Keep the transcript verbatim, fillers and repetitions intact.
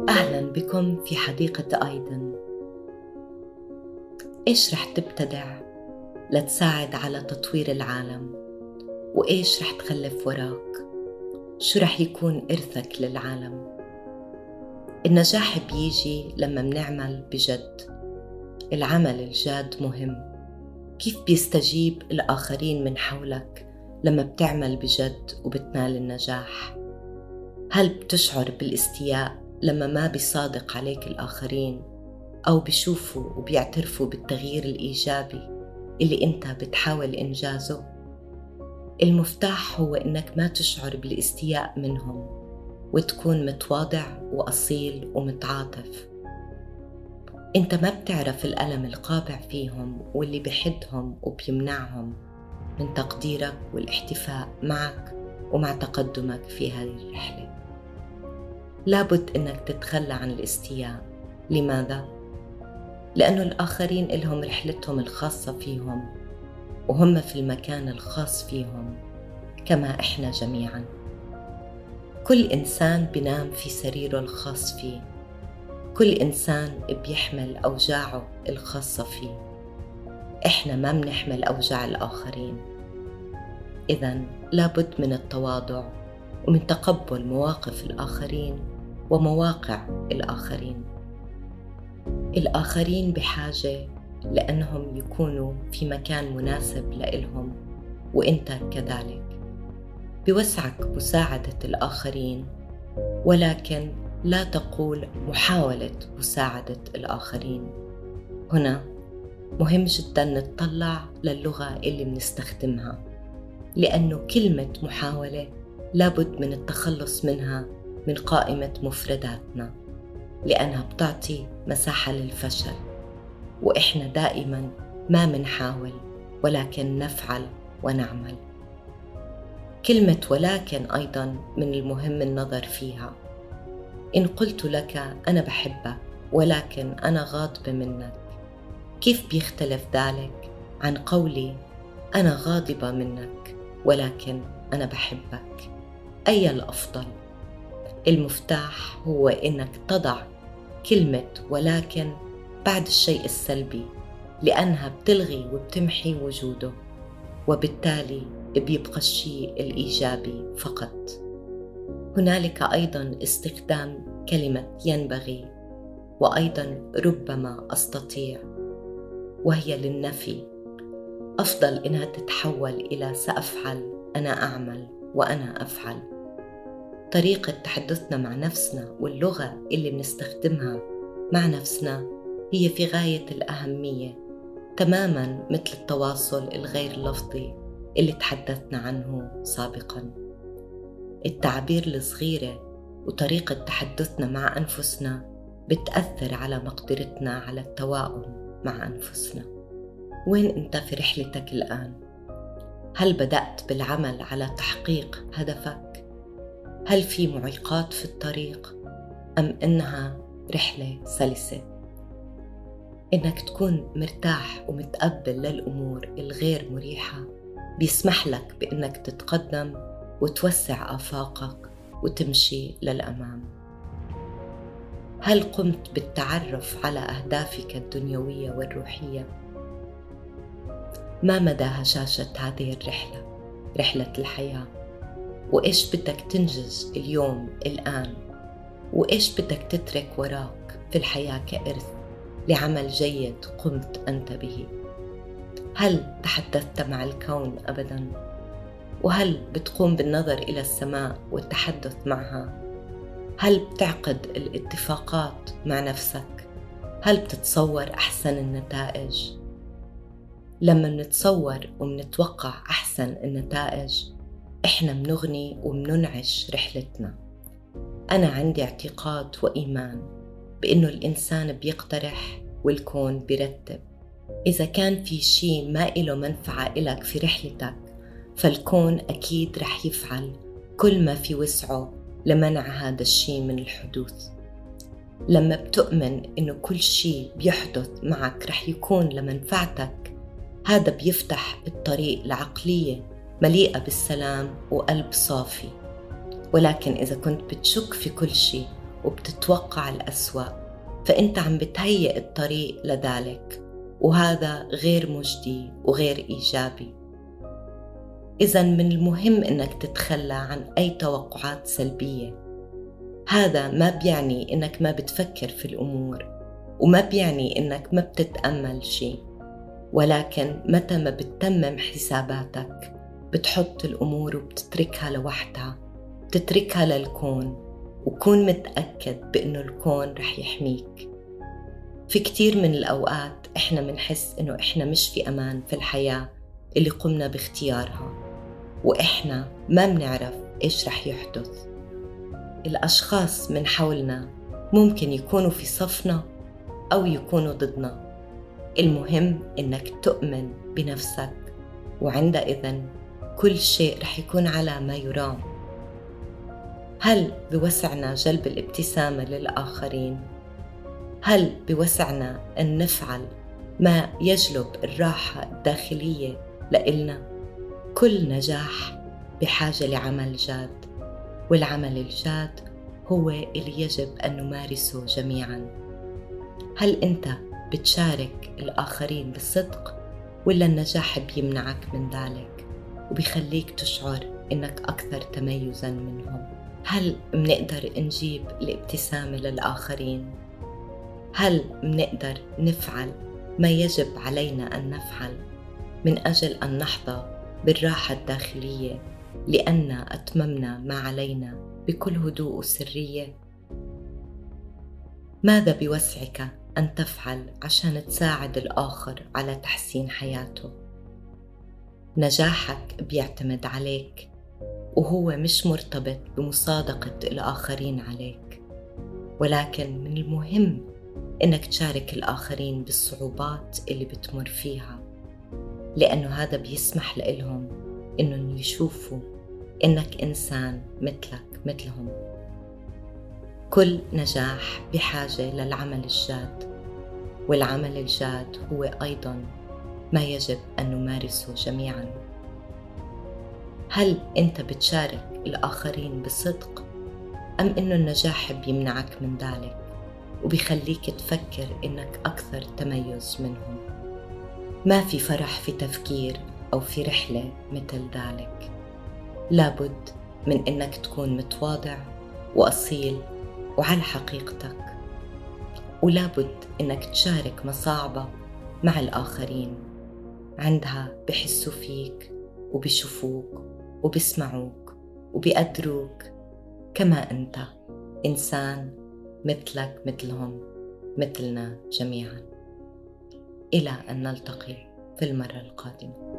أهلاً بكم في حديقة آيدن. إيش رح تبتدع لتساعد على تطوير العالم؟ وإيش رح تخلف وراك؟ شو رح يكون إرثك للعالم؟ النجاح بيجي لما منعمل بجد. العمل الجاد مهم. كيف بيستجيب الآخرين من حولك لما بتعمل بجد وبتنال النجاح؟ هل بتشعر بالاستياء لما ما بيصادق عليك الآخرين أو بيشوفوا وبيعترفوا بالتغيير الإيجابي اللي أنت بتحاول إنجازه؟ المفتاح هو إنك ما تشعر بالاستياء منهم وتكون متواضع وأصيل ومتعاطف. أنت ما بتعرف الألم القابع فيهم واللي بحدهم وبيمنعهم من تقديرك والاحتفاء معك ومع تقدمك في هذه الرحلة. لابد إنك تتخلى عن الاستياء. لماذا؟ لأنه الآخرين لهم رحلتهم الخاصة فيهم، وهم في المكان الخاص فيهم كما إحنا جميعاً. كل إنسان بينام في سريره الخاص فيه. كل إنسان بيحمل أوجاعه الخاصة فيه. إحنا ما بنحمل أوجاع الآخرين. إذن لابد من التواضع ومن تقبل مواقف الآخرين ومواقع الآخرين. الآخرين بحاجة لأنهم يكونوا في مكان مناسب لإلهم، وإنت كذلك. بوسعك مساعدة الآخرين، ولكن لا تقول محاولة مساعدة الآخرين. هنا مهم جداً نتطلع للغة اللي بنستخدمها، لأنه كلمة محاولة لابد من التخلص منها من قائمة مفرداتنا، لأنها بتعطي مساحة للفشل. وإحنا دائماً ما منحاول ولكن نفعل ونعمل. كلمة ولكن أيضاً من المهم النظر فيها. إن قلت لك أنا بحبك ولكن أنا غاضبة منك، كيف بيختلف ذلك عن قولي أنا غاضبة منك ولكن أنا بحبك؟ أي الأفضل؟ المفتاح هو إنك تضع كلمة ولكن بعد الشيء السلبي، لأنها بتلغي وبتمحي وجوده، وبالتالي بيبقى الشيء الإيجابي فقط. هنالك أيضاً استخدام كلمة ينبغي، وأيضاً ربما أستطيع، وهي للنفي. أفضل إنها تتحول إلى سأفعل، أنا أعمل، وأنا أفعل. طريقة تحدثنا مع نفسنا واللغة اللي بنستخدمها مع نفسنا هي في غاية الأهمية، تماماً مثل التواصل الغير لفظي اللي تحدثنا عنه سابقاً. التعبير الصغيرة وطريقة تحدثنا مع أنفسنا بتأثر على مقدرتنا على التواؤم مع أنفسنا. وين أنت في رحلتك الآن؟ هل بدأت بالعمل على تحقيق هدفك؟ هل في معيقات في الطريق؟ أم إنها رحلة سلسة؟ إنك تكون مرتاح ومتقبل للأمور الغير مريحة بيسمح لك بإنك تتقدم وتوسع آفاقك وتمشي للأمام. هل قمت بالتعرف على أهدافك الدنيوية والروحية؟ ما مدى هشاشة هذه الرحلة، رحلة الحياة؟ وإيش بدك تنجز اليوم الآن؟ وإيش بدك تترك وراك في الحياة كإرث لعمل جيد قمت أنت به؟ هل تحدثت مع الكون أبداً؟ وهل بتقوم بالنظر إلى السماء والتحدث معها؟ هل بتعقد الاتفاقات مع نفسك؟ هل بتتصور أحسن النتائج؟ لما منتصور ومنتوقع أحسن النتائج، إحنا منغني ومننعش رحلتنا. أنا عندي اعتقاد وإيمان بأنه الإنسان بيقترح والكون بيرتب. إذا كان في شيء ما إله منفعة إلك في رحلتك، فالكون أكيد رح يفعل كل ما في وسعه لمنع هذا الشيء من الحدوث. لما بتؤمن إنه كل شيء بيحدث معك رح يكون لمنفعتك، هذا بيفتح الطريق لعقلية مليئة بالسلام وقلب صافي. ولكن إذا كنت بتشك في كل شيء وبتتوقع الأسوأ، فأنت عم بتهيئ الطريق لذلك، وهذا غير مجدي وغير إيجابي. إذن من المهم إنك تتخلى عن أي توقعات سلبية. هذا ما بيعني إنك ما بتفكر في الأمور، وما بيعني إنك ما بتتأمل شيء، ولكن متى ما بتتمم حساباتك بتحط الأمور وبتتركها لوحدها، بتتركها للكون، وكون متأكد بأنه الكون رح يحميك. في كتير من الأوقات إحنا منحس إنه إحنا مش في أمان في الحياة اللي قمنا باختيارها، وإحنا ما منعرف إيش رح يحدث. الأشخاص من حولنا ممكن يكونوا في صفنا أو يكونوا ضدنا. المهم إنك تؤمن بنفسك، وعندئذ كل شيء رح يكون على ما يرام. هل بوسعنا جلب الابتسامة للآخرين؟ هل بوسعنا أن نفعل ما يجلب الراحة الداخلية لإلنا؟ كل نجاح بحاجة لعمل جاد، والعمل الجاد هو اللي يجب أن نمارسه جميعاً. هل أنت بتشارك الآخرين بالصدق، ولا النجاح بيمنعك من ذلك وبيخليك تشعر إنك أكثر تميزاً منهم؟ هل منقدر نجيب الابتسامة للآخرين؟ هل منقدر نفعل ما يجب علينا أن نفعل من أجل أن نحظى بالراحة الداخلية لأن أتممنا ما علينا بكل هدوء وسرية؟ ماذا بوسعك أن تفعل عشان تساعد الآخر على تحسين حياته؟ نجاحك بيعتمد عليك، وهو مش مرتبط بمصادقة الآخرين عليك، ولكن من المهم إنك تشارك الآخرين بالصعوبات اللي بتمر فيها، لأنه هذا بيسمح لهم إنهم يشوفوا إنك إنسان مثلك مثلهم. كل نجاح بحاجة للعمل الجاد، والعمل الجاد هو أيضاً ما يجب أن نمارسه جميعاً. هل أنت بتشارك الآخرين بصدق، أم إنه النجاح بيمنعك من ذلك وبيخليك تفكر إنك أكثر تميز منهم؟ ما في فرح في تفكير أو في رحلة مثل ذلك. لابد من إنك تكون متواضع وأصيل وعلى حقيقتك، ولابد إنك تشارك مصاعبك مع الآخرين. عندها بحسوا فيك وبيشوفوك وبيسمعوك وبيقدروك كما أنت إنسان مثلك مثلهم مثلنا جميعا. إلى أن نلتقي في المرة القادمة.